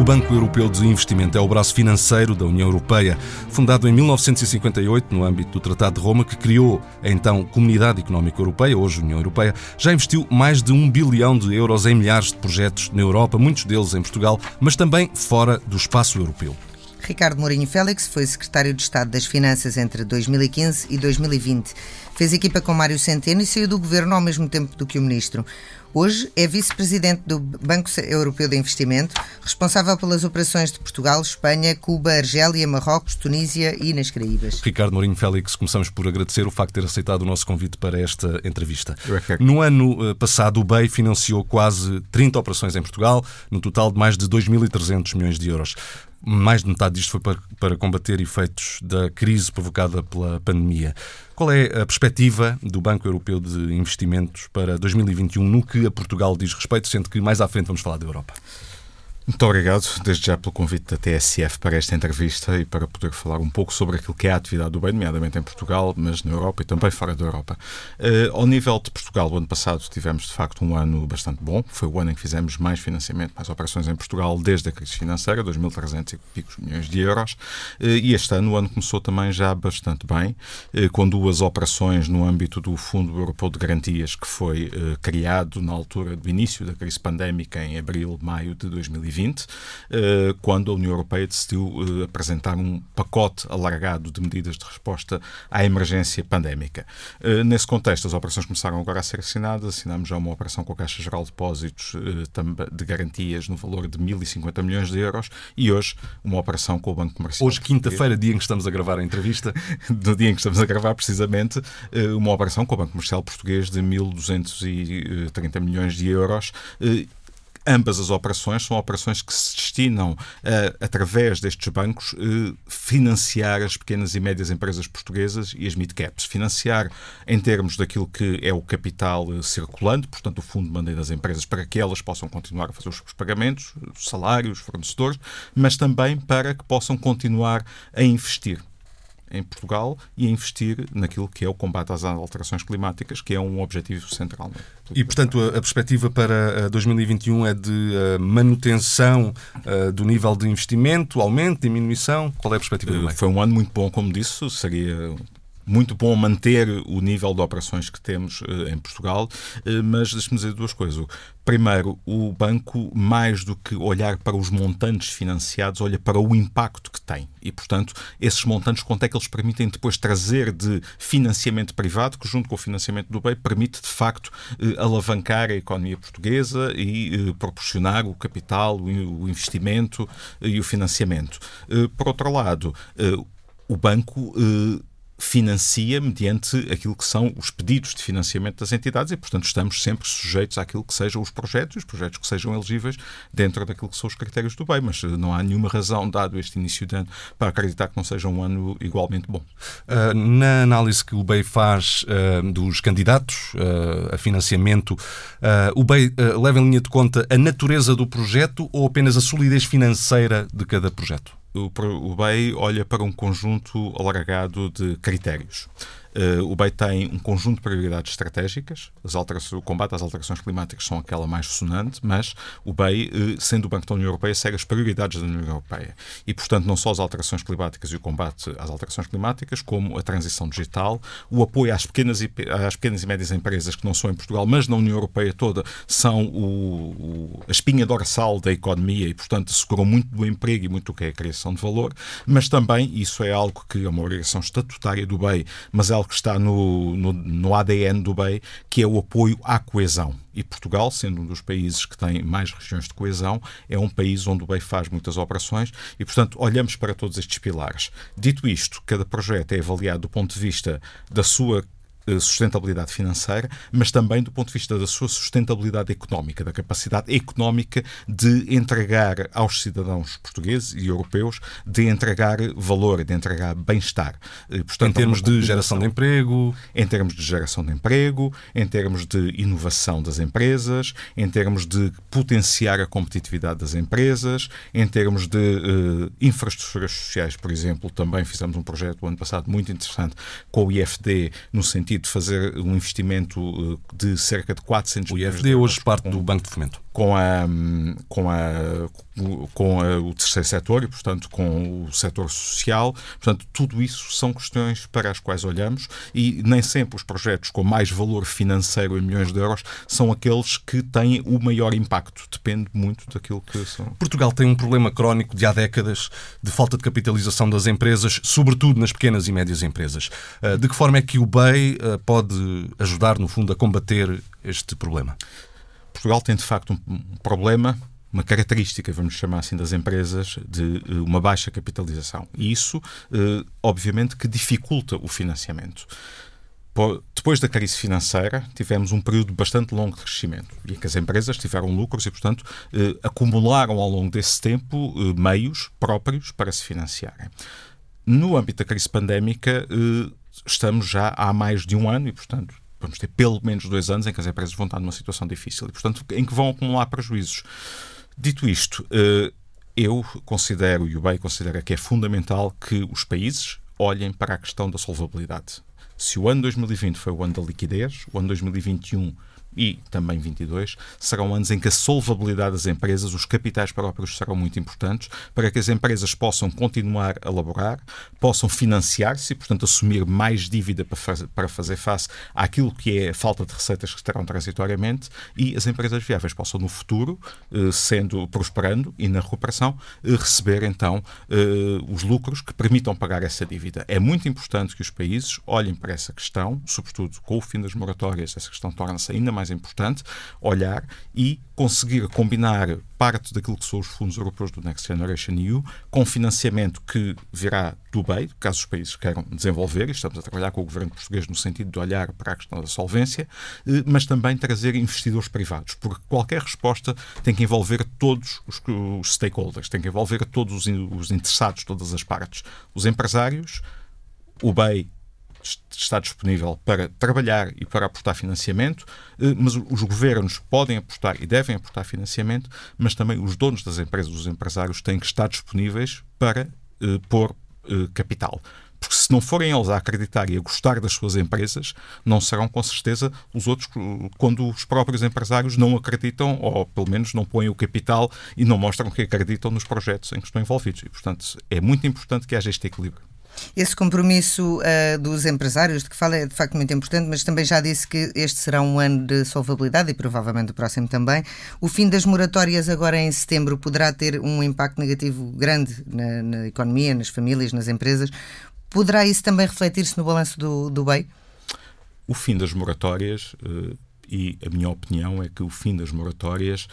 Banco Europeu de Investimento é o braço financeiro da União Europeia, fundado em 1958 no âmbito do Tratado de Roma, que criou a então Comunidade Económica Europeia, hoje União Europeia. Já investiu mais de 1 bilhão de euros em milhares de projetos na Europa, muitos deles em Portugal, mas também fora do espaço europeu. Ricardo Mourinho Félix foi secretário de Estado das Finanças entre 2015 e 2020. Fez equipa com Mário Centeno e saiu do governo ao mesmo tempo do que o ministro. Hoje é vice-presidente do Banco Europeu de Investimento, responsável pelas operações de Portugal, Espanha, Cuba, Argélia, Marrocos, Tunísia e nas Caraíbas. Ricardo Mourinho Félix, começamos por agradecer o facto de ter aceitado o nosso convite para esta entrevista. No ano passado, o BEI financiou quase 30 operações em Portugal, no total de mais de 2.300 milhões de euros. Mais de metade disto foi para combater efeitos da crise provocada pela pandemia. Qual é a perspectiva do Banco Europeu de Investimentos para 2021 no que a Portugal diz respeito, sendo que mais à frente vamos falar da Europa? Muito obrigado, desde já, pelo convite da TSF para esta entrevista e para poder falar um pouco sobre aquilo que é a atividade do BEI, nomeadamente em Portugal, mas na Europa e também fora da Europa. Ao nível de Portugal, o ano passado tivemos, de facto, um ano bastante bom. Foi o ano em que fizemos mais financiamento, mais operações em Portugal desde a crise financeira, 2.300 e picos milhões de euros. E este ano, o ano começou também já bastante bem, com 2 operações no âmbito do Fundo Europeu de Garantias, que foi criado na altura do início da crise pandémica, em abril, maio de 2020. Quando a União Europeia decidiu apresentar um pacote alargado de medidas de resposta à emergência pandémica. Nesse contexto, as operações começaram agora a ser assinadas. Assinámos já uma operação com a Caixa Geral de Depósitos de garantias no valor de 1.050 milhões de euros e hoje uma operação com o Banco Comercial. Hoje, quinta-feira, dia em que estamos a gravar a entrevista. No dia em que estamos a gravar, precisamente, uma operação com o Banco Comercial Português de 1.230 milhões de euros. Ambas as operações são operações que se destinam, através destes bancos, financiar as pequenas e médias empresas portuguesas e as mid-caps. Financiar em termos daquilo que é o capital circulante, portanto o fundo de maneira das empresas, para que elas possam continuar a fazer os pagamentos, os salários, os fornecedores, mas também para que possam continuar a investir em Portugal e a investir naquilo que é o combate às alterações climáticas, que é um objetivo central. E, portanto, a perspectiva para 2021 é de manutenção do nível de investimento, aumento, diminuição? Qual é a perspectiva do BEI? Foi um ano muito bom, como disse, seria muito bom manter o nível de operações que temos em Portugal, mas deixe-me dizer 2 coisas. Primeiro, o banco, mais do que olhar para os montantes financiados, olha para o impacto que tem. E, portanto, esses montantes, quanto é que eles permitem depois trazer de financiamento privado, que junto com o financiamento do BEI permite, de facto, alavancar a economia portuguesa e proporcionar o capital, o investimento e o financiamento. Por outro lado, o banco financia mediante aquilo que são os pedidos de financiamento das entidades e, portanto, estamos sempre sujeitos àquilo que sejam os projetos e os projetos que sejam elegíveis dentro daquilo que são os critérios do BEI, mas não há nenhuma razão, dado este início de ano, para acreditar que não seja um ano igualmente bom. Na análise que o BEI faz dos candidatos a financiamento, o BEI leva em linha de conta a natureza do projeto ou apenas a solidez financeira de cada projeto? O BEI olha para um conjunto alargado de critérios. O BEI tem um conjunto de prioridades estratégicas. O combate às alterações climáticas são aquela mais sonante, mas o BEI, sendo o Banco da União Europeia, segue as prioridades da União Europeia. E, portanto, não só as alterações climáticas e o combate às alterações climáticas, como a transição digital, o apoio às pequenas e médias empresas que não são em Portugal, mas na União Europeia toda, são a espinha dorsal da economia e, portanto, asseguram muito do emprego e muito do que é a criação de valor, mas também, isso é algo que é uma obrigação estatutária do BEI, mas é algo que está no ADN do BEI, que é o apoio à coesão. E Portugal, sendo um dos países que tem mais regiões de coesão, é um país onde o BEI faz muitas operações e, portanto, olhamos para todos estes pilares. Dito isto, cada projeto é avaliado do ponto de vista da sua sustentabilidade financeira, mas também do ponto de vista da sua sustentabilidade económica, da capacidade económica de entregar aos cidadãos portugueses e europeus, de entregar valor, de entregar bem-estar. Portanto, em termos de geração de emprego? Em termos de geração de emprego, em termos de inovação das empresas, em termos de potenciar a competitividade das empresas, em termos de infraestruturas sociais, por exemplo. Também fizemos um projeto o ano passado muito interessante com o IFD, no sentido de fazer um investimento de cerca de 400 milhões de euros. O IFD hoje parte do Banco de Fomento. o terceiro setor e, portanto, com o setor social. Portanto, tudo isso são questões para as quais olhamos e nem sempre os projetos com mais valor financeiro em milhões de euros são aqueles que têm o maior impacto. Depende muito daquilo que são. Portugal tem um problema crónico de há décadas de falta de capitalização das empresas, sobretudo nas pequenas e médias empresas. De que forma é que o BEI pode ajudar, no fundo, a combater este problema? Portugal tem, de facto, um problema, uma característica, vamos chamar assim, das empresas, de uma baixa capitalização. E isso, obviamente, que dificulta o financiamento. Depois da crise financeira, tivemos um período bastante longo de crescimento e em que as empresas tiveram lucros e, portanto, acumularam ao longo desse tempo meios próprios para se financiarem. No âmbito da crise pandémica, estamos já há mais de um ano e, portanto, vamos ter pelo menos 2 anos em que as empresas vão estar numa situação difícil e, portanto, em que vão acumular prejuízos. Dito isto, eu considero, e o BEI considera, que é fundamental que os países olhem para a questão da solvabilidade. Se o ano 2020 foi o ano da liquidez, o ano 2021 e também 22 serão anos em que a solvabilidade das empresas, os capitais próprios serão muito importantes para que as empresas possam continuar a laborar, possam financiar-se e, portanto, assumir mais dívida para fazer face àquilo que é a falta de receitas que terão transitoriamente e as empresas viáveis possam, no futuro, prosperando e na recuperação, receber, então, os lucros que permitam pagar essa dívida. É muito importante que os países olhem para essa questão, sobretudo com o fim das moratórias, essa questão torna-se ainda mais importante, olhar e conseguir combinar parte daquilo que são os fundos europeus do Next Generation EU com financiamento que virá do BEI, caso os países queiram desenvolver, e estamos a trabalhar com o governo português no sentido de olhar para a questão da solvência, mas também trazer investidores privados, porque qualquer resposta tem que envolver todos os stakeholders, tem que envolver todos os interessados, todas as partes. Os empresários, o BEI está disponível para trabalhar e para aportar financiamento, mas os governos podem aportar e devem aportar financiamento, mas também os donos das empresas, os empresários, têm que estar disponíveis para pôr capital. Porque se não forem eles a acreditar e a gostar das suas empresas, não serão com certeza os outros, quando os próprios empresários não acreditam ou pelo menos não põem o capital e não mostram que acreditam nos projetos em que estão envolvidos. E, portanto, é muito importante que haja este equilíbrio. Esse compromisso dos empresários de que fala é de facto muito importante, mas também já disse que este será um ano de solvabilidade e provavelmente o próximo também. O fim das moratórias agora em setembro poderá ter um impacto negativo grande na economia, nas famílias, nas empresas. Poderá isso também refletir-se no balanço do BEI? O fim das moratórias, e a minha opinião é que o fim das moratórias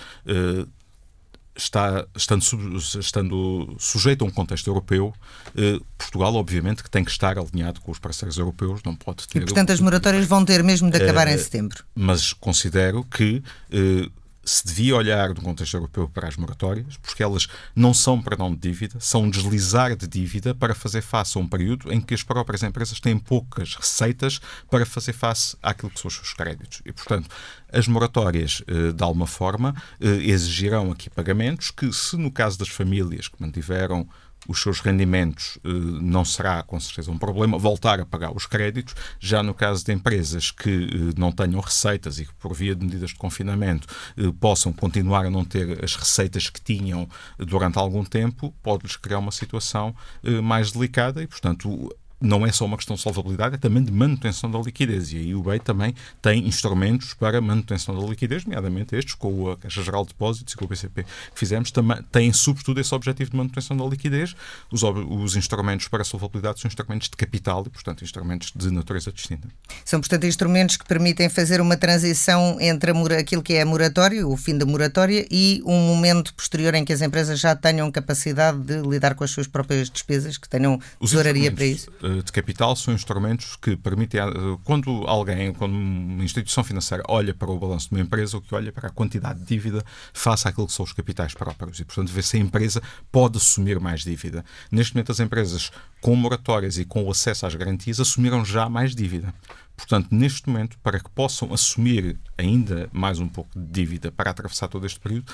estando sujeito a um contexto europeu, Portugal, obviamente, que tem que estar alinhado com os parceiros europeus, não pode ter... E, portanto, as moratórias vão ter mesmo de acabar em setembro. Mas considero que se devia olhar no contexto europeu para as moratórias, porque elas não são perdão de dívida, são um deslizar de dívida para fazer face a um período em que as próprias empresas têm poucas receitas para fazer face àquilo que são os seus créditos. E, portanto, as moratórias, de alguma forma, exigirão aqui pagamentos que, se no caso das famílias que mantiveram os seus rendimentos, não será com certeza um problema voltar a pagar os créditos. Já no caso de empresas que não tenham receitas e que por via de medidas de confinamento possam continuar a não ter as receitas que tinham durante algum tempo, pode-lhes criar uma situação mais delicada e, portanto, não é só uma questão de solvabilidade, é também de manutenção da liquidez. E aí o BEI também tem instrumentos para manutenção da liquidez, nomeadamente estes, com a Caixa Geral de Depósitos e com o BCP que fizemos, também têm sobretudo esse objetivo de manutenção da liquidez. Os instrumentos para a solvabilidade são instrumentos de capital e, portanto, instrumentos de natureza distinta. São, portanto, instrumentos que permitem fazer uma transição entre aquilo que é a moratória, o fim da moratória, e um momento posterior em que as empresas já tenham capacidade de lidar com as suas próprias despesas, que tenham tesouraria para isso. De capital são instrumentos que permitem, quando uma instituição financeira olha para o balanço de uma empresa, o que olha para a quantidade de dívida face àquilo que são os capitais próprios e, portanto, vê se a empresa pode assumir mais dívida. Neste momento, as empresas com moratórias e com o acesso às garantias assumiram já mais dívida. Portanto, neste momento, para que possam assumir ainda mais um pouco de dívida para atravessar todo este período,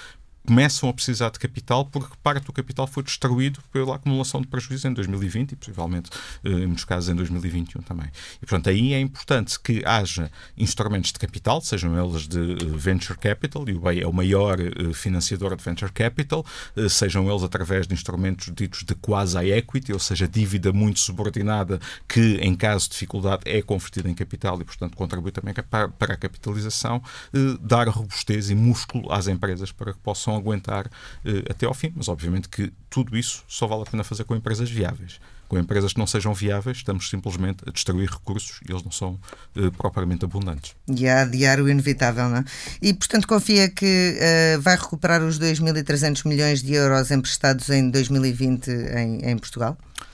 começam a precisar de capital porque parte do capital foi destruído pela acumulação de prejuízos em 2020 e possivelmente, em muitos casos, em 2021 também. E, portanto, aí é importante que haja instrumentos de capital, sejam eles de venture capital, e o BEI é o maior financiador de venture capital, sejam eles através de instrumentos ditos de quasi-equity, ou seja, dívida muito subordinada que, em caso de dificuldade, é convertida em capital e, portanto, contribui também para a capitalização, dar robustez e músculo às empresas para que possam aguentar até ao fim. Mas, obviamente, que tudo isso só vale a pena fazer com empresas viáveis. Com empresas que não sejam viáveis, estamos simplesmente a destruir recursos e eles não são propriamente abundantes. E a adiar o inevitável, não é? E, portanto, confia que vai recuperar os 2.300 milhões de euros emprestados em 2020 em Portugal?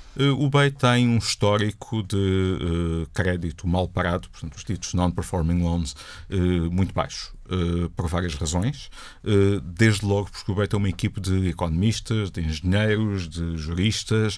O BEI tem um histórico de crédito mal parado, portanto, os ditos non-performing loans, muito baixo. Por várias razões, desde logo porque o BEI tem uma equipe de economistas, de engenheiros, de juristas,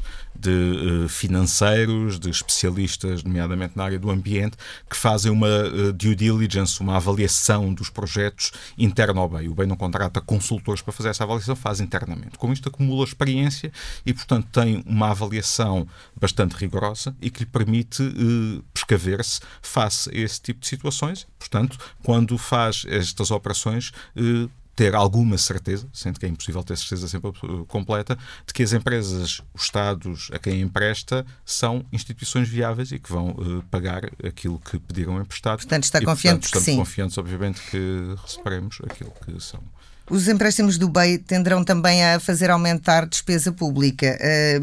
de financeiros, de especialistas, nomeadamente na área do ambiente, que fazem uma due diligence, uma avaliação dos projetos interno ao BEI. O BEI não contrata consultores para fazer essa avaliação, faz internamente. Com isto acumula experiência e, portanto, tem uma avaliação bastante rigorosa e que lhe permite precaver-se face a esse tipo de situações. Portanto, quando faz estas operações, ter alguma certeza, sendo que é impossível ter certeza sempre completa, de que as empresas, os Estados a quem empresta, são instituições viáveis e que vão pagar aquilo que pediram emprestado. Portanto, está confiante que sim. Estamos confiantes, obviamente, que receberemos aquilo que são. Os empréstimos do BEI tenderão também a fazer aumentar despesa pública,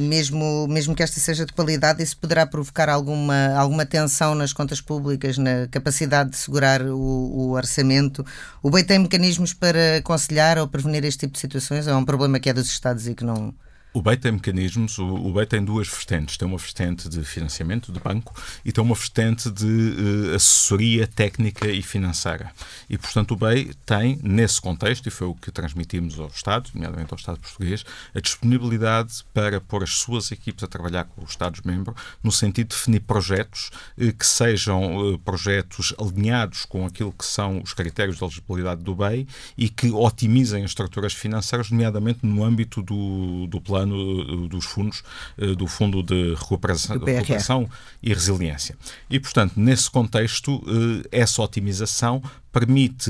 mesmo que esta seja de qualidade, isso poderá provocar alguma tensão nas contas públicas, na capacidade de segurar o orçamento. O BEI tem mecanismos para aconselhar ou prevenir este tipo de situações? É um problema que é dos Estados e que não... O BEI tem mecanismos, o BEI tem duas vertentes. Tem uma vertente de financiamento, de banco, e tem uma vertente de assessoria técnica e financeira. E, portanto, o BEI tem, nesse contexto, e foi o que transmitimos ao Estado, nomeadamente ao Estado português, a disponibilidade para pôr as suas equipes a trabalhar com os Estados-membros no sentido de definir projetos que sejam projetos alinhados com aquilo que são os critérios de elegibilidade do BEI e que otimizem as estruturas financeiras, nomeadamente no âmbito do plano dos fundos, do Fundo de Recuperação e Resiliência. E, portanto, nesse contexto, essa otimização permite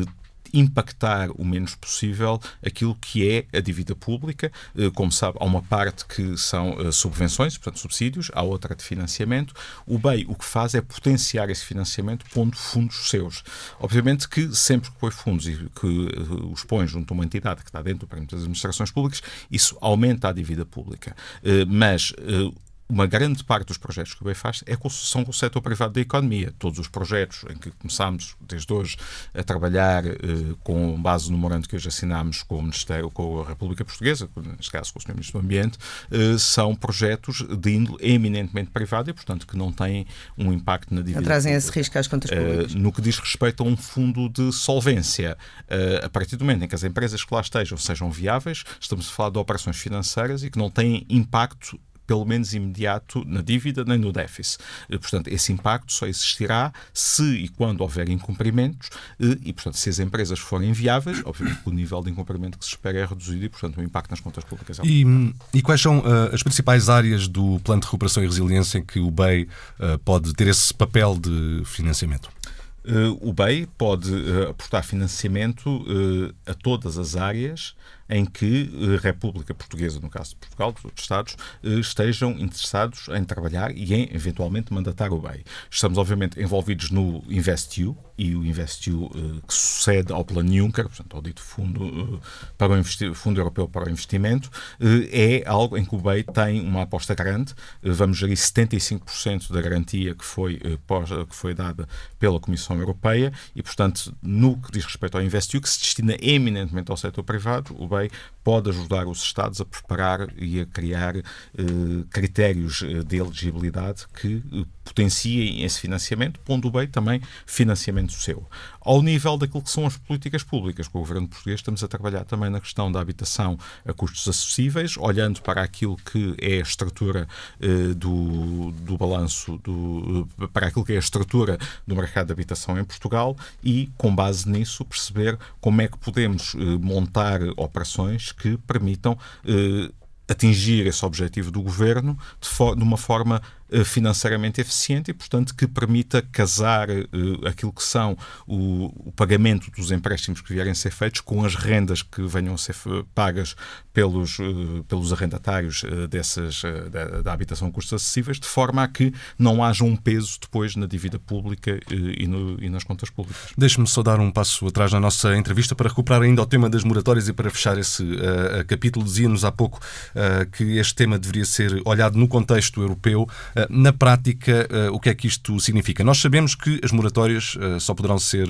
impactar o menos possível aquilo que é a dívida pública. Como sabe, há uma parte que são subvenções, portanto subsídios, há outra de financiamento. O BEI o que faz é potenciar esse financiamento pondo fundos seus. Obviamente que sempre que põe fundos e que os põe junto a uma entidade que está dentro do perímetro das administrações públicas, isso aumenta a dívida pública. Mas uma grande parte dos projetos que o BEI faz são com o setor privado da economia. Todos os projetos em que começámos, desde hoje, a trabalhar com base no memorando que hoje assinámos com o Ministério, com a República Portuguesa, neste caso com o Sr. Ministro do Ambiente, são projetos de índole eminentemente privada e, portanto, que não têm um impacto na dívida. Não trazem esse risco às contas públicas. No que diz respeito a um fundo de solvência, a partir do momento em que as empresas que lá estejam sejam viáveis, estamos a falar de operações financeiras e que não têm impacto pelo menos imediato, na dívida nem no déficit. Portanto, esse impacto só existirá se e quando houver incumprimentos e, portanto, se as empresas forem viáveis, obviamente o nível de incumprimento que se espera é reduzido e, portanto, o impacto nas contas públicas é E quais são as principais áreas do Plano de Recuperação e Resiliência em que o BEI pode ter esse papel de financiamento? O BEI pode aportar financiamento a todas as áreas em que a República Portuguesa, no caso de Portugal, dos outros Estados, estejam interessados em trabalhar e em, eventualmente, mandatar o BEI. Estamos, obviamente, envolvidos no InvestEU, e o InvestEU que sucede ao Plano Juncker, portanto, ao dito Fundo Europeu para o Investimento, é algo em que o BEI tem uma aposta grande. Vamos gerir 75% da garantia que foi dada pela Comissão Europeia e, portanto, no que diz respeito ao InvestEU, que se destina eminentemente ao setor privado, o BEI BEI pode ajudar os Estados a preparar e a criar critérios de elegibilidade que potenciem esse financiamento, pondo o BEI também financiamento seu. Ao nível daquilo que são as políticas públicas, com o governo português estamos a trabalhar também na questão da habitação a custos acessíveis, olhando para aquilo que é a estrutura do balanço, para aquilo que é a estrutura do mercado de habitação em Portugal e, com base nisso, perceber como é que podemos montar operações que permitam atingir esse objetivo do governo de uma forma financeiramente eficiente e, portanto, que permita casar aquilo que são o pagamento dos empréstimos que vierem a ser feitos com as rendas que venham a ser pagas pelos arrendatários da habitação a custos acessíveis, de forma a que não haja um peso depois na dívida pública e nas contas públicas. Deixe-me só dar um passo atrás na nossa entrevista para recuperar ainda o tema das moratórias e para fechar esse capítulo. Dizia-nos há pouco que este tema deveria ser olhado no contexto europeu. Na prática, o que é que isto significa? Nós sabemos que as moratórias só poderão ser,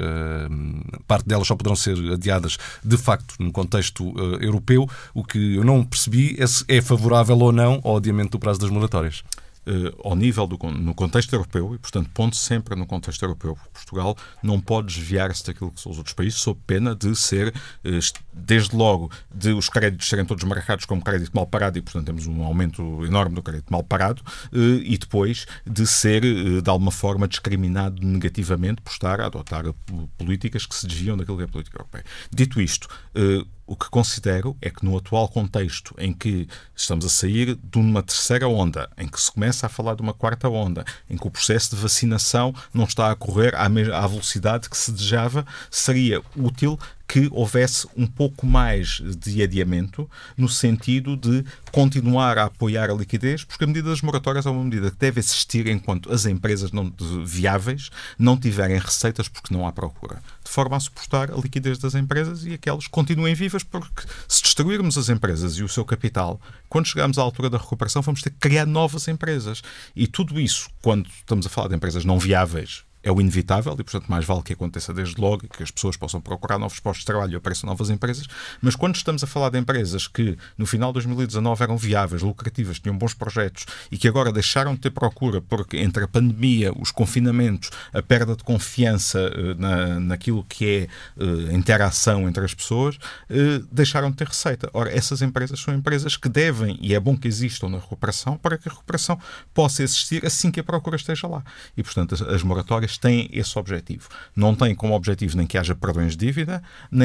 parte delas só poderão ser adiadas de facto no contexto europeu. O que eu não percebi é se é favorável ou não ao adiamento do prazo das moratórias. Ao nível no contexto europeu, e portanto ponto sempre no contexto europeu, Portugal não pode desviar-se daquilo que são os outros países, sob pena de ser, desde logo, de os créditos serem todos marcados como crédito mal parado e, portanto, temos um aumento enorme do crédito mal parado, e depois de ser, de alguma forma, discriminado negativamente por estar a adotar políticas que se desviam daquilo que é a política europeia. Dito isto, o que considero é que no atual contexto em que estamos a sair de uma terceira onda, em que se começa a falar de uma quarta onda, em que o processo de vacinação não está a correr à velocidade que se desejava, seria útil que houvesse um pouco mais de adiamento no sentido de continuar a apoiar a liquidez, porque a medida das moratórias é uma medida que deve existir enquanto as empresas viáveis não tiverem receitas porque não há procura, de forma a suportar a liquidez das empresas e a que elas continuem vivas, porque se destruirmos as empresas e o seu capital, quando chegarmos à altura da recuperação vamos ter que criar novas empresas. E tudo isso, quando estamos a falar de empresas não viáveis, é o inevitável e, portanto, mais vale que aconteça desde logo e que as pessoas possam procurar novos postos de trabalho e apareçam novas empresas. Mas quando estamos a falar de empresas que no final de 2019 eram viáveis, lucrativas, tinham bons projetos e que agora deixaram de ter procura porque entre a pandemia, os confinamentos, a perda de confiança naquilo que é a interação entre as pessoas, deixaram de ter receita. Ora, essas empresas são empresas que devem, e é bom que existam na recuperação, para que a recuperação possa existir assim que a procura esteja lá. E, portanto, as moratórias têm esse objetivo. Não têm como objetivo nem que haja perdões de dívida,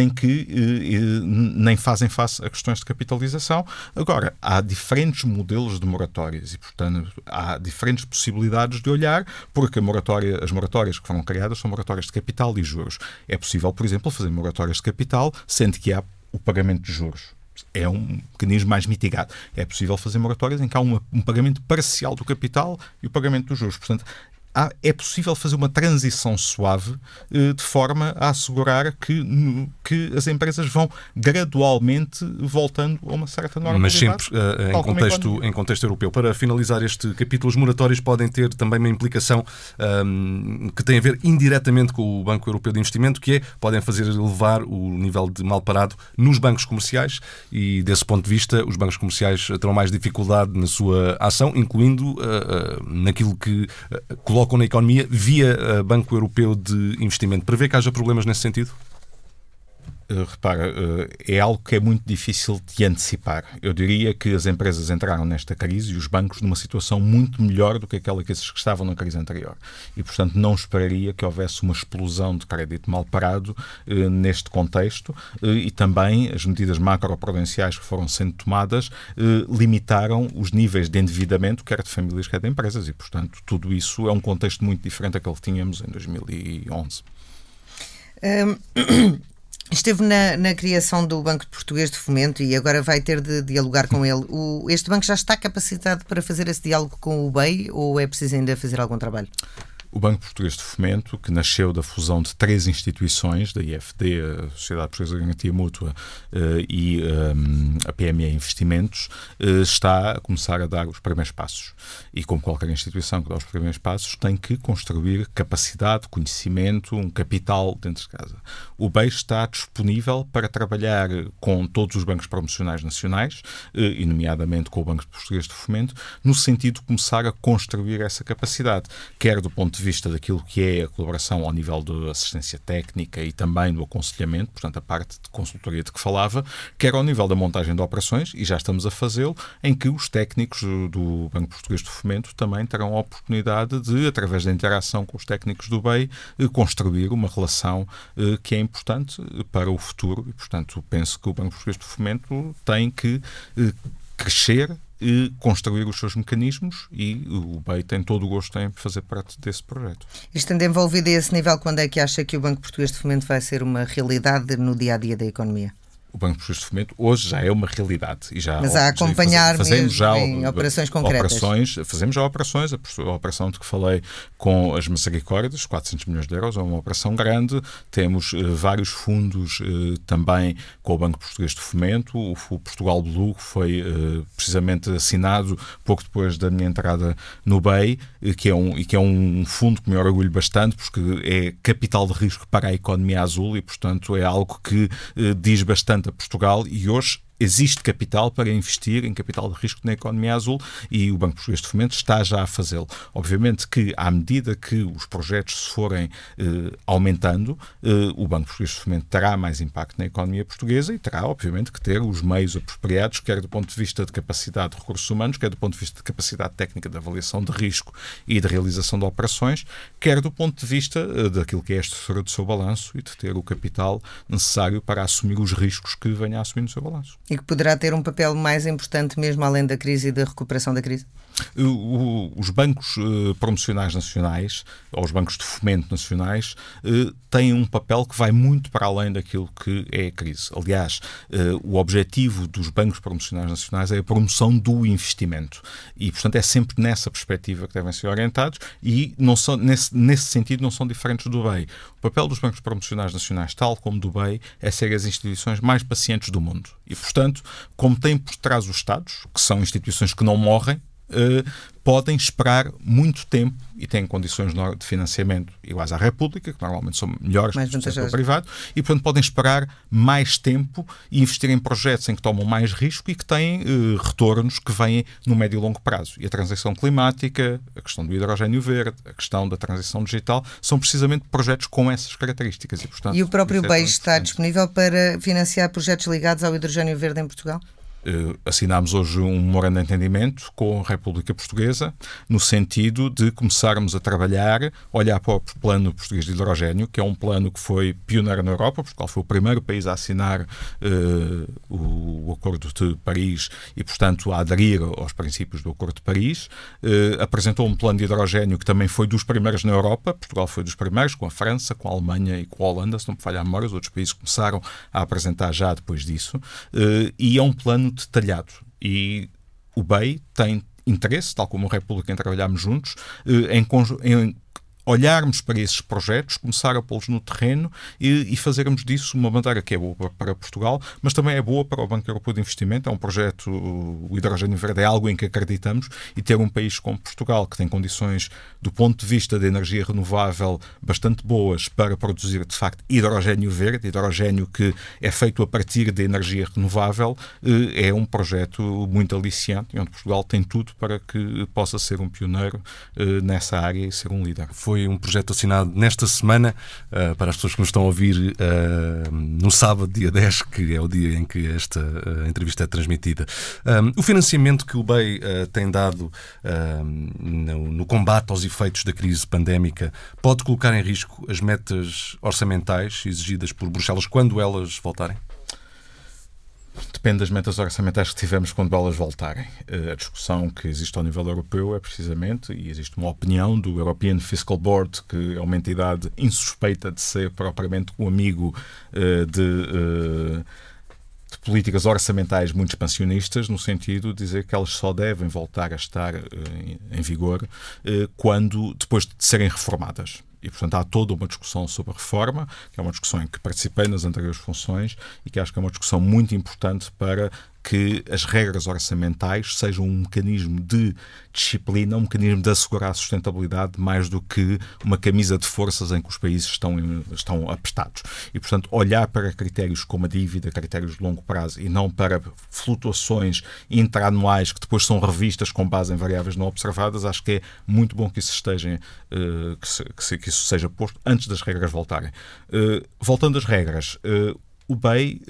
nem fazem face a questões de capitalização. Agora, há diferentes modelos de moratórias e, portanto, há diferentes possibilidades de olhar, porque as moratórias que foram criadas são moratórias de capital e juros. É possível, por exemplo, fazer moratórias de capital, sendo que há o pagamento de juros. É um mecanismo mais mitigado. É possível fazer moratórias em que há um pagamento parcial do capital e o pagamento dos juros. Portanto, é possível fazer uma transição suave de forma a assegurar que as empresas vão gradualmente voltando a uma certa normalidade. Mas sempre em contexto europeu. Para finalizar este capítulo, os moratórios podem ter também uma implicação que tem a ver indiretamente com o Banco Europeu de Investimento, que podem fazer elevar o nível de mal parado nos bancos comerciais e, desse ponto de vista, os bancos comerciais terão mais dificuldade na sua ação, incluindo naquilo que colocam na economia via Banco Europeu de Investimento. Prevê que haja problemas nesse sentido? Repara, é algo que é muito difícil de antecipar. Eu diria que as empresas entraram nesta crise e os bancos numa situação muito melhor do que aquela que estavam na crise anterior. E, portanto, não esperaria que houvesse uma explosão de crédito mal parado neste contexto e também as medidas macroprudenciais que foram sendo tomadas limitaram os níveis de endividamento, quer de famílias, quer de empresas. E, portanto, tudo isso é um contexto muito diferente daquele que tínhamos em 2011. Esteve na criação do Banco Português de Fomento e agora vai ter de dialogar com ele. Este banco já está capacitado para fazer esse diálogo com o BEI ou é preciso ainda fazer algum trabalho? O Banco Português de Fomento, que nasceu da fusão de 3 instituições, da IFD, a Sociedade Portuguesa de Garantia Mútua e a PME Investimentos, está a começar a dar os primeiros passos. E como qualquer instituição que dá os primeiros passos, tem que construir capacidade, conhecimento, um capital dentro de casa. O BEI está disponível para trabalhar com todos os bancos promocionais nacionais, e nomeadamente com o Banco Português de Fomento, no sentido de começar a construir essa capacidade, quer do ponto de vista daquilo que é a colaboração ao nível de assistência técnica e também do aconselhamento, portanto a parte de consultoria de que falava, quer ao nível da montagem de operações, e já estamos a fazê-lo, em que os técnicos do Banco Português de Fomento também terão a oportunidade de, através da interação com os técnicos do BEI, construir uma relação que é importante para o futuro, e portanto penso que o Banco Português de Fomento tem que crescer e construir os seus mecanismos, e o BEI tem todo o gosto em fazer parte desse projeto. Estando envolvido a esse nível, quando é que acha que o Banco Português de Fomento vai ser uma realidade no dia-a-dia da economia? O Banco Português de Fomento hoje já é uma realidade. E já, mas a acompanhar fazemos já em operações concretas? Fazemos já operações. A operação de que falei com as Misericórdias, 400 milhões de euros, é uma operação grande. Temos vários fundos também com o Banco Português de Fomento. O Portugal Blue foi precisamente assinado pouco depois da minha entrada no BEI, que é um fundo que me orgulho bastante, porque é capital de risco para a economia azul e, portanto, é algo que diz bastante a Portugal, e hoje existe capital para investir em capital de risco na economia azul, e o Banco Português de Fomento está já a fazê-lo. Obviamente que, à medida que os projetos se forem aumentando, o Banco Português de Fomento terá mais impacto na economia portuguesa e terá, obviamente, que ter os meios apropriados, quer do ponto de vista de capacidade de recursos humanos, quer do ponto de vista de capacidade técnica de avaliação de risco e de realização de operações, quer do ponto de vista daquilo que é a estrutura do seu balanço e de ter o capital necessário para assumir os riscos que venha a assumir no seu balanço. E que poderá ter um papel mais importante mesmo além da crise e da recuperação da crise? Os bancos promocionais nacionais, ou os bancos de fomento nacionais, têm um papel que vai muito para além daquilo que é a crise. Aliás, o objetivo dos bancos promocionais nacionais é a promoção do investimento. E, portanto, é sempre nessa perspectiva que devem ser orientados, e não são, nesse sentido não são diferentes do BEI. O papel dos bancos promocionais nacionais, tal como do BEI, é ser as instituições mais pacientes do mundo. E, portanto, como têm por trás os Estados, que são instituições que não morrem, podem esperar muito tempo e têm condições de financiamento iguais à República, que normalmente são melhores que o setor privado, e, portanto, podem esperar mais tempo e investir em projetos em que tomam mais risco e que têm retornos que vêm no médio e longo prazo. E a transição climática, a questão do hidrogênio verde, a questão da transição digital, são precisamente projetos com essas características. E o próprio BEI está disponível para financiar projetos ligados ao hidrogênio verde em Portugal? Assinámos hoje um memorando de entendimento com a República Portuguesa no sentido de começarmos a trabalhar, olhar para o plano português de hidrogénio, que é um plano que foi pioneiro na Europa. Portugal foi o primeiro país a assinar o Acordo de Paris e, portanto, a aderir aos princípios do Acordo de Paris. Apresentou um plano de hidrogénio que também foi dos primeiros na Europa. Portugal foi dos primeiros, com a França, com a Alemanha e com a Holanda, se não me falha a memória. Os outros países começaram a apresentar já depois disso. E é um plano detalhado, e o BEI tem interesse, tal como a República, em trabalharmos juntos, em olharmos para esses projetos, começar a pô-los no terreno e fazermos disso uma bandeira que é boa para Portugal, mas também é boa para o Banco Europeu de Investimento. É um projeto, o hidrogênio verde é algo em que acreditamos, e ter um país como Portugal, que tem condições do ponto de vista da energia renovável bastante boas para produzir, de facto, hidrogênio verde, hidrogênio que é feito a partir de energia renovável, é um projeto muito aliciante, onde Portugal tem tudo para que possa ser um pioneiro nessa área e ser um líder. Foi um projeto assinado nesta semana, para as pessoas que nos estão a ouvir, no sábado, dia 10, que é o dia em que esta entrevista é transmitida. O financiamento que o BEI tem dado no combate aos efeitos da crise pandémica pode colocar em risco as metas orçamentais exigidas por Bruxelas quando elas voltarem? Depende das metas orçamentais que tivemos quando elas voltarem. A discussão que existe ao nível europeu é precisamente, e existe uma opinião do European Fiscal Board, que é uma entidade insuspeita de ser propriamente um amigo de políticas orçamentais muito expansionistas, no sentido de dizer que elas só devem voltar a estar em vigor quando, depois de serem reformadas. E, portanto, há toda uma discussão sobre a reforma, que é uma discussão em que participei nas anteriores funções e que acho que é uma discussão muito importante para que as regras orçamentais sejam um mecanismo de disciplina, um mecanismo de assegurar a sustentabilidade, mais do que uma camisa de forças em que os países estão apertados. E, portanto, olhar para critérios como a dívida, critérios de longo prazo, e não para flutuações intraanuais que depois são revistas com base em variáveis não observadas, acho que é muito bom que isso esteja, que isso seja posto antes das regras voltarem. Voltando às regras, o BEI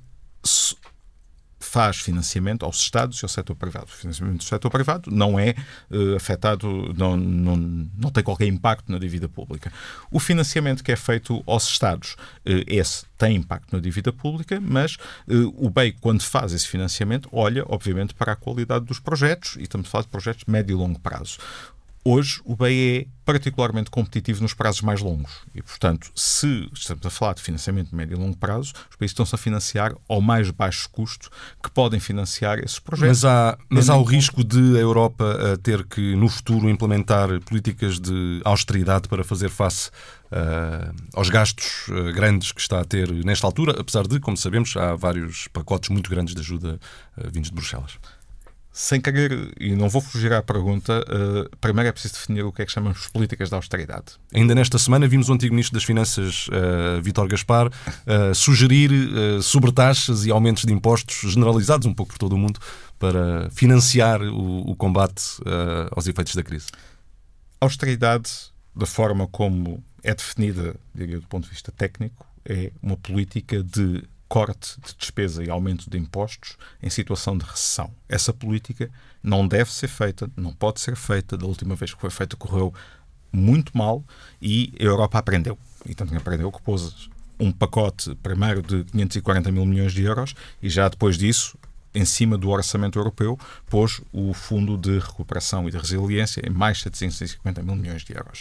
faz financiamento aos Estados e ao setor privado. O financiamento do setor privado não é afetado, não tem qualquer impacto na dívida pública. O financiamento que é feito aos Estados, esse tem impacto na dívida pública, mas o BEI, quando faz esse financiamento, olha, obviamente, para a qualidade dos projetos, e estamos a falar de projetos de médio e longo prazo. Hoje, o BEI é particularmente competitivo nos prazos mais longos. E, portanto, se estamos a falar de financiamento de médio e longo prazo, os países estão-se a financiar ao mais baixo custo que podem financiar esses projetos. Mas há o risco de a Europa ter que, no futuro, implementar políticas de austeridade para fazer face aos gastos grandes que está a ter nesta altura, apesar de, como sabemos, há vários pacotes muito grandes de ajuda vindos de Bruxelas. Sem querer, e não vou fugir à pergunta, primeiro é preciso definir o que é que chamamos de políticas de austeridade. Ainda nesta semana vimos o antigo Ministro das Finanças, Vítor Gaspar, sugerir sobretaxas e aumentos de impostos generalizados um pouco por todo o mundo para financiar o combate aos efeitos da crise. A austeridade, da forma como é definida, diria, do ponto de vista técnico, é uma política de corte de despesa e aumento de impostos em situação de recessão. Essa política não deve ser feita, não pode ser feita. Da última vez que foi feita correu muito mal e a Europa aprendeu. E também aprendeu que pôs um pacote primeiro de 540 mil milhões de euros e já depois disso, em cima do orçamento europeu, pôs o Fundo de Recuperação e de Resiliência em mais 750 mil milhões de euros.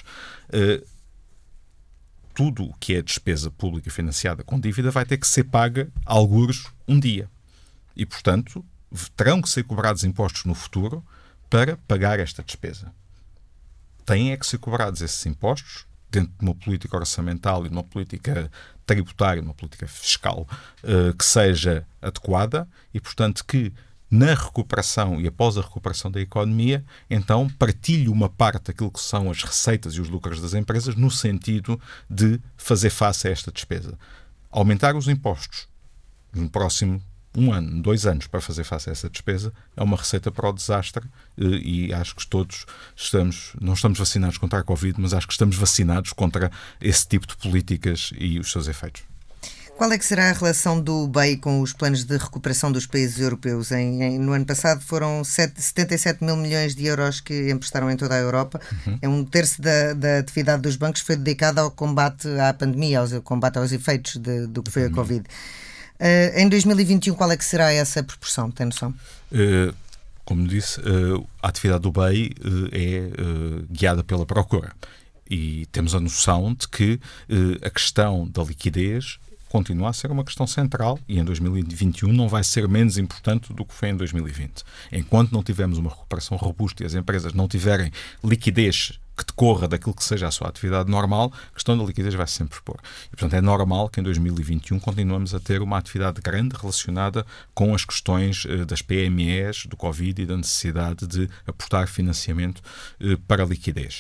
Tudo o que é despesa pública financiada com dívida vai ter que ser paga, algures, um dia. E, portanto, terão que ser cobrados impostos no futuro para pagar esta despesa. Têm é que ser cobrados esses impostos dentro de uma política orçamental e de uma política tributária, de uma política fiscal que seja adequada e, portanto, que na recuperação e após a recuperação da economia, então partilhe uma parte daquilo que são as receitas e os lucros das empresas no sentido de fazer face a esta despesa. Aumentar os impostos no próximo 1 ano, 2 anos para fazer face a essa despesa é uma receita para o desastre e acho que todos não estamos vacinados contra a Covid, mas acho que estamos vacinados contra esse tipo de políticas e os seus efeitos. Qual é que será a relação do BEI com os planos de recuperação dos países europeus? No ano passado foram 77 mil milhões de euros que emprestaram em toda a Europa. É 1/3 da atividade dos bancos foi dedicada ao combate à pandemia, ao combate aos efeitos do que foi a Covid. Em 2021, qual é que será essa proporção? Tem noção? Como disse, a atividade do BEI é guiada pela procura. E temos a noção de que a questão da liquidez continua a ser uma questão central e em 2021 não vai ser menos importante do que foi em 2020. Enquanto não tivermos uma recuperação robusta e as empresas não tiverem liquidez que decorra daquilo que seja a sua atividade normal, a questão da liquidez vai sempre expor. E, portanto, é normal que em 2021 continuemos a ter uma atividade grande relacionada com as questões das PMEs, do Covid e da necessidade de aportar financiamento para a liquidez.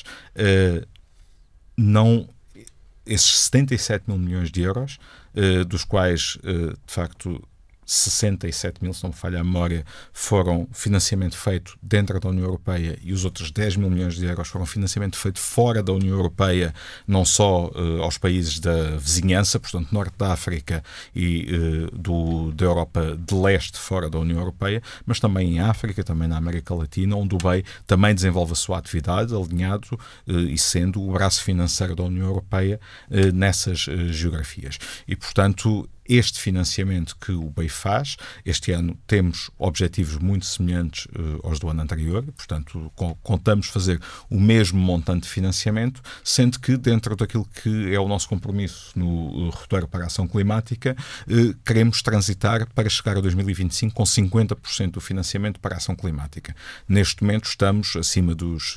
Esses 77 mil milhões de euros, dos quais, de facto, 67 mil, se não me falha a memória, foram financiamento feito dentro da União Europeia e os outros 10 mil milhões de euros foram financiamento feito fora da União Europeia, não só aos países da vizinhança, portanto, norte da África e da Europa de leste, fora da União Europeia, mas também em África, também na América Latina, onde o BEI também desenvolve a sua atividade, alinhado e sendo o braço financeiro da União Europeia nessas geografias. E, portanto, este financiamento que o BEI faz. Este ano temos objetivos muito semelhantes aos do ano anterior, portanto, contamos fazer o mesmo montante de financiamento, sendo que dentro daquilo que é o nosso compromisso no roteiro para a ação climática, queremos transitar para chegar a 2025 com 50% do financiamento para a ação climática. Neste momento estamos acima dos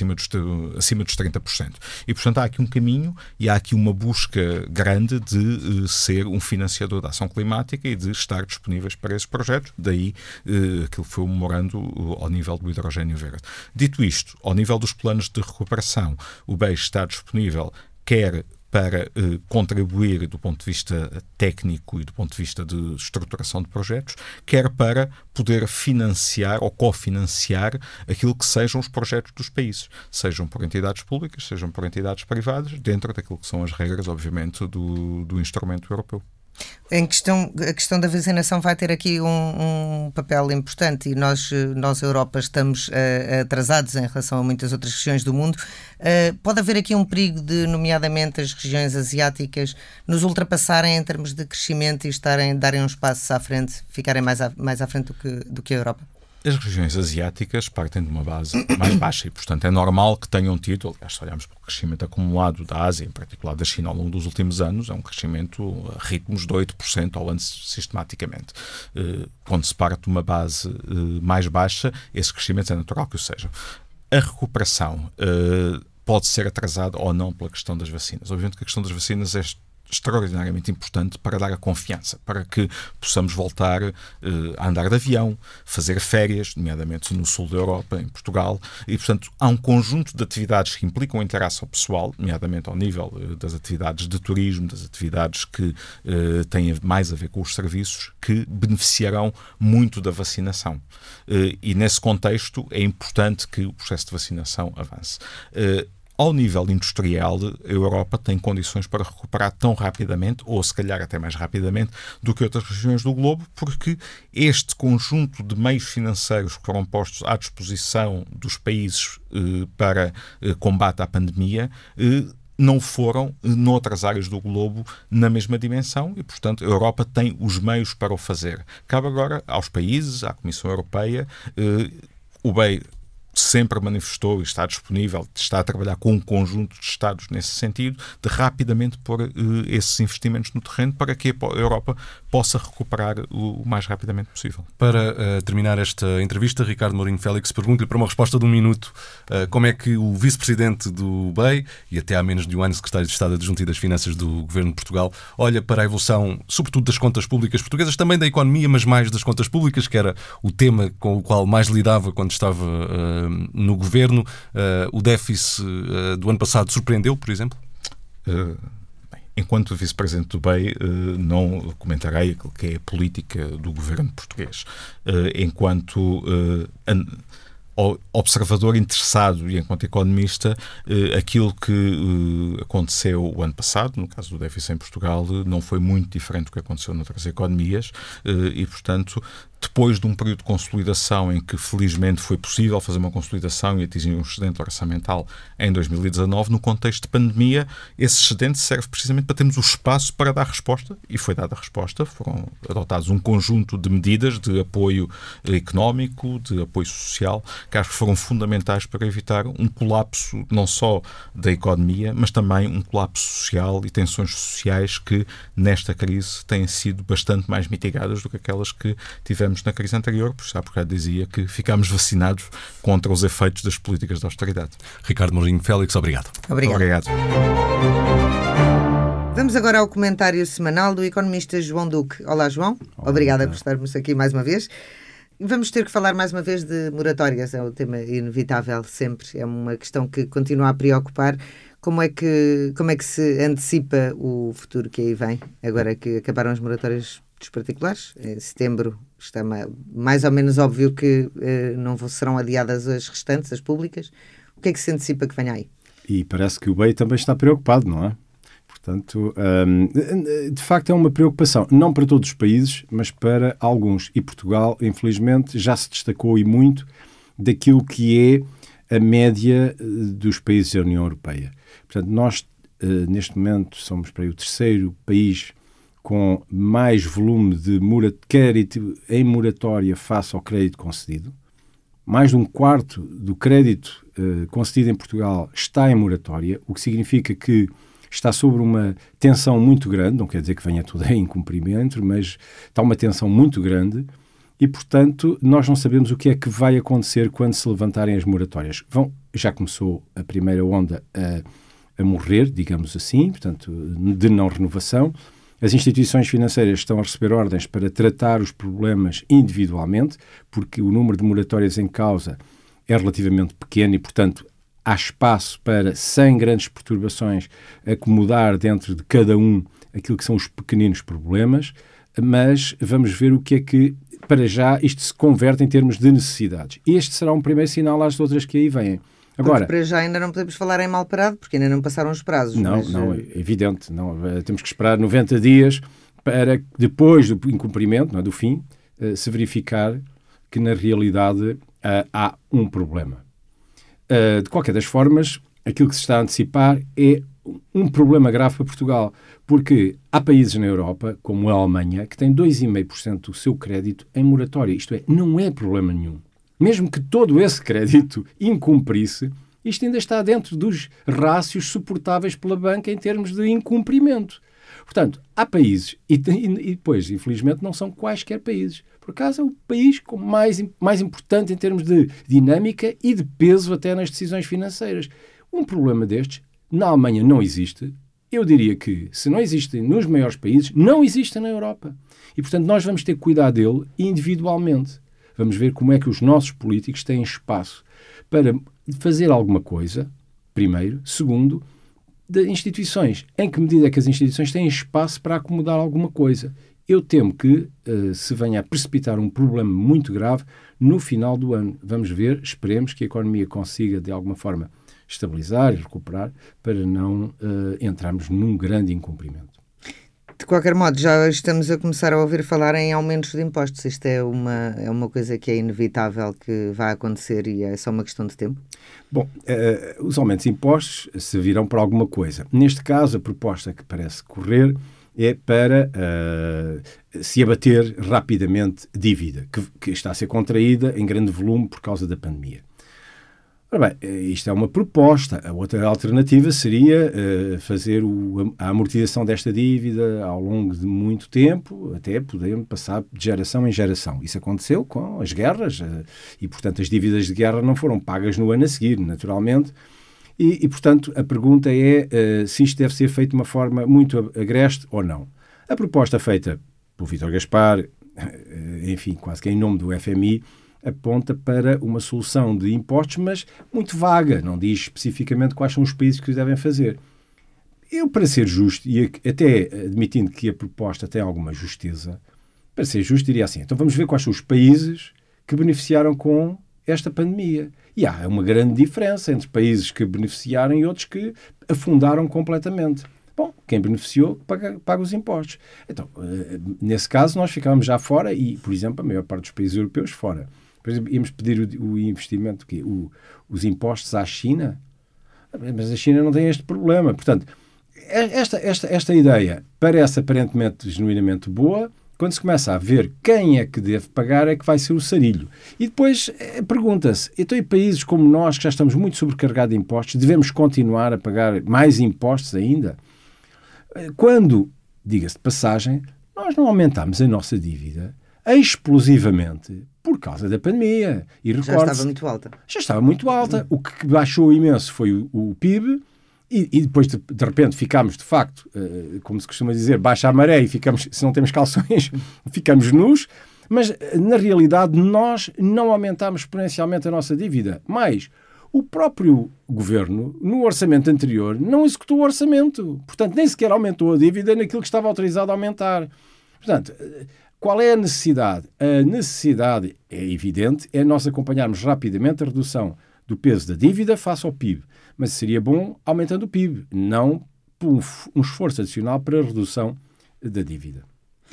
30%. E, portanto, há aqui um caminho e há aqui uma busca grande de ser um financiador da ação climática e de estar disponíveis para esses projetos. Daí aquilo que foi o memorando ao nível do hidrogênio verde. Dito isto, ao nível dos planos de recuperação, o BEI está disponível quer para contribuir do ponto de vista técnico e do ponto de vista de estruturação de projetos, quer para poder financiar ou cofinanciar aquilo que sejam os projetos dos países, sejam por entidades públicas, sejam por entidades privadas, dentro daquilo que são as regras, obviamente, do instrumento europeu. A questão da vacinação vai ter aqui um papel importante e nós Europa, estamos atrasados em relação a muitas outras regiões do mundo. Pode haver aqui um perigo de, nomeadamente, as regiões asiáticas nos ultrapassarem em termos de crescimento e darem uns passos à frente, ficarem mais à frente do que a Europa? As regiões asiáticas partem de uma base mais baixa e, portanto, é normal que tenham tido, aliás, se olharmos para o crescimento acumulado da Ásia, em particular da China, ao longo dos últimos anos, é um crescimento a ritmos de 8% ao ano sistematicamente. Quando se parte de uma base mais baixa, esse crescimento é natural que o seja. A recuperação pode ser atrasada ou não pela questão das vacinas. Obviamente que a questão das vacinas é extraordinariamente importante para dar a confiança, para que possamos voltar a andar de avião, fazer férias, nomeadamente no sul da Europa, em Portugal, e, portanto, há um conjunto de atividades que implicam a interação pessoal, nomeadamente ao nível das atividades de turismo, das atividades que têm mais a ver com os serviços, que beneficiarão muito da vacinação. E, nesse contexto, é importante que o processo de vacinação avance. Ao nível industrial, a Europa tem condições para recuperar tão rapidamente, ou se calhar até mais rapidamente, do que outras regiões do globo, porque este conjunto de meios financeiros que foram postos à disposição dos países para combate à pandemia não foram, noutras áreas do globo, na mesma dimensão e, portanto, a Europa tem os meios para o fazer. Cabe agora aos países, à Comissão Europeia, o BEI sempre manifestou e está disponível, está a trabalhar com um conjunto de Estados nesse sentido, de rapidamente pôr esses investimentos no terreno para que a Europa possa recuperar o mais rapidamente possível. Para terminar esta entrevista, Ricardo Mourinho Félix, pergunto-lhe para uma resposta de um minuto como é que o vice-presidente do BEI e até há menos de um ano secretário de Estado Adjunto e das Finanças do Governo de Portugal olha para a evolução, sobretudo das contas públicas portuguesas, também da economia, mas mais das contas públicas, que era o tema com o qual mais lidava quando estava no Governo. O déficit do ano passado surpreendeu, por exemplo? Enquanto vice-presidente do BEI, não comentarei aquilo que é a política do Governo português. Enquanto observador interessado e enquanto economista, aquilo que aconteceu o ano passado, no caso do déficit em Portugal, não foi muito diferente do que aconteceu noutras economias e, portanto, depois de um período de consolidação em que, felizmente, foi possível fazer uma consolidação e atingir um excedente orçamental em 2019, no contexto de pandemia, esse excedente serve precisamente para termos o espaço para dar resposta, e foi dada a resposta. Foram adotados um conjunto de medidas de apoio económico, de apoio social, que acho que foram fundamentais para evitar um colapso não só da economia, mas também um colapso social e tensões sociais que, nesta crise, têm sido bastante mais mitigadas do que aquelas que tivemos na crise anterior, por isso há bocado dizia que ficámos vacinados contra os efeitos das políticas de austeridade. Ricardo Mourinho Félix, obrigado. Obrigado. Vamos agora ao comentário semanal do economista João Duque. Olá, João. Obrigada por estarmos aqui mais uma vez. Vamos ter que falar mais uma vez de moratórias, é um tema inevitável sempre, é uma questão que continua a preocupar. Como é que se antecipa o futuro que aí vem, agora que acabaram as moratórias dos particulares? Em setembro está mais ou menos óbvio que não serão adiadas as restantes, as públicas. O que é que se antecipa que venha aí? E parece que o BEI também está preocupado, não é? Portanto, de facto é uma preocupação, não para todos os países, mas para alguns. E Portugal, infelizmente, já se destacou e muito daquilo que é a média dos países da União Europeia. Portanto, nós, neste momento, somos para aí o terceiro país com mais volume de crédito em moratória face ao crédito concedido. Mais de um quarto do crédito concedido em Portugal está em moratória, o que significa que está sobre uma tensão muito grande, não quer dizer que venha tudo em incumprimento, mas está uma tensão muito grande e, portanto, nós não sabemos o que é que vai acontecer quando se levantarem as moratórias. Já começou a primeira onda a morrer, digamos assim, portanto, de não renovação. As instituições financeiras estão a receber ordens para tratar os problemas individualmente, porque o número de moratórias em causa é relativamente pequeno e, portanto, há espaço para, sem grandes perturbações, acomodar dentro de cada um aquilo que são os pequeninos problemas, mas vamos ver o que é que, para já, isto se converte em termos de necessidades. Este será um primeiro sinal às outras que aí vêm. Agora, porque para já ainda não podemos falar em mal parado, porque ainda não passaram os prazos. Não, mas... não, é evidente. Não, temos que esperar 90 dias para, depois do incumprimento, não é, do fim, se verificar que, na realidade, há um problema. De qualquer das formas, aquilo que se está a antecipar é um problema grave para Portugal, porque há países na Europa, como a Alemanha, que têm 2,5% do seu crédito em moratória. Isto é, não é problema nenhum. Mesmo que todo esse crédito incumprisse, isto ainda está dentro dos rácios suportáveis pela banca em termos de incumprimento. Portanto, há países, e depois, infelizmente, não são quaisquer países. Por acaso, é o país mais importante em termos de dinâmica e de peso até nas decisões financeiras. Um problema destes, na Alemanha, não existe. Eu diria que, se não existe nos maiores países, não existe na Europa. E, portanto, nós vamos ter que cuidar dele individualmente. Vamos ver como é que os nossos políticos têm espaço para fazer alguma coisa, primeiro. Segundo, de instituições. Em que medida é que as instituições têm espaço para acomodar alguma coisa? Eu temo que se venha a precipitar um problema muito grave no final do ano. Vamos ver, esperemos que a economia consiga, de alguma forma, estabilizar e recuperar para não entrarmos num grande incumprimento. De qualquer modo, já estamos a começar a ouvir falar em aumentos de impostos. Isto é uma coisa que é inevitável que vai acontecer e é só uma questão de tempo? Bom, os aumentos de impostos servirão para alguma coisa. Neste caso, a proposta que parece correr é para se abater rapidamente dívida, que está a ser contraída em grande volume por causa da pandemia. Ora bem, isto é uma proposta. A outra alternativa seria fazer a amortização desta dívida ao longo de muito tempo, até podermos passar de geração em geração. Isso aconteceu com as guerras e, portanto, as dívidas de guerra não foram pagas no ano a seguir, naturalmente. E portanto, a pergunta é se isto deve ser feito de uma forma muito agreste ou não. A proposta feita pelo Vítor Gaspar, enfim, quase que em nome do FMI, aponta para uma solução de impostos, mas muito vaga, não diz especificamente quais são os países que o devem fazer. Eu, para ser justo, e até admitindo que a proposta tem alguma justeza, para ser justo diria assim, então vamos ver quais são os países que beneficiaram com esta pandemia. E há uma grande diferença entre países que beneficiaram e outros que afundaram completamente. Bom, quem beneficiou paga os impostos. Então, nesse caso, nós ficávamos já fora e, por exemplo, a maior parte dos países europeus fora. Por exemplo, íamos pedir o investimento, os impostos à China, mas a China não tem este problema. Portanto, esta ideia parece aparentemente genuinamente boa. Quando se começa a ver quem é que deve pagar, é que vai ser o sarilho. E depois pergunta-se, então em países como nós, que já estamos muito sobrecarregados de impostos, devemos continuar a pagar mais impostos ainda? Quando, diga-se de passagem, nós não aumentámos a nossa dívida explosivamente por causa da pandemia. E já estava muito alta. Já estava muito alta. O que baixou imenso foi o PIB e depois, de repente, ficámos, de facto, como se costuma dizer, baixa a maré e ficamos, se não temos calções, ficamos nus. Mas, na realidade, nós não aumentámos exponencialmente a nossa dívida. Mas o próprio governo, no orçamento anterior, não executou o orçamento. Portanto, nem sequer aumentou a dívida naquilo que estava autorizado a aumentar. Portanto, qual é a necessidade? A necessidade é evidente, é nós acompanharmos rapidamente a redução do peso da dívida face ao PIB. Mas seria bom aumentando o PIB, não por um esforço adicional para a redução da dívida.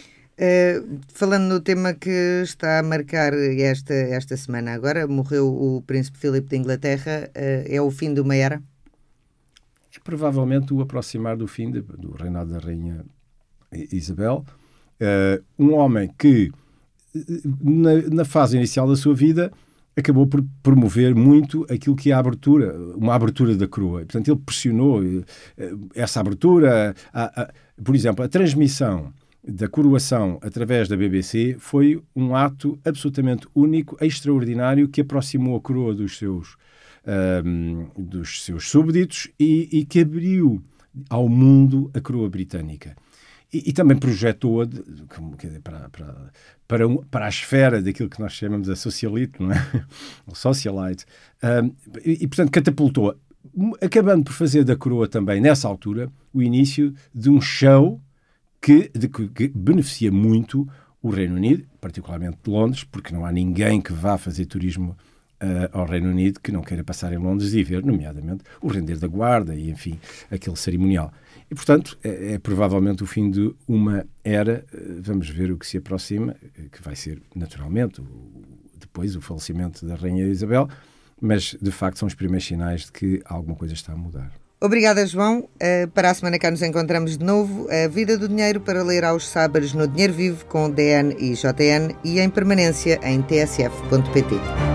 Falando no tema que está a marcar esta semana agora, morreu o Príncipe Filipe de Inglaterra, é o fim de uma era? É provavelmente o aproximar do fim do reinado da Rainha Isabel, um homem que, na fase inicial da sua vida, acabou por promover muito aquilo que é uma abertura da coroa. Portanto, ele pressionou essa abertura. Por exemplo, a transmissão da coroação através da BBC foi um ato absolutamente único, extraordinário, que aproximou a coroa dos seus súbditos e que abriu ao mundo a coroa britânica. E também projetou-a para a esfera daquilo que nós chamamos a socialite, não é? O socialite. Portanto, catapultou, acabando por fazer da coroa também, nessa altura, o início de um show que beneficia muito o Reino Unido, particularmente de Londres, porque não há ninguém que vá fazer turismo ao Reino Unido que não queira passar em Londres e ver, nomeadamente, o render da guarda e, enfim, aquele cerimonial. E, portanto, é provavelmente o fim de uma era. Vamos ver o que se aproxima, que vai ser, naturalmente, depois o falecimento da Rainha Isabel, mas, de facto, são os primeiros sinais de que alguma coisa está a mudar. Obrigada, João. Para a semana cá nos encontramos de novo. A Vida do Dinheiro para ler aos sábados no Dinheiro Vivo com DN e JN e em permanência em tsf.pt.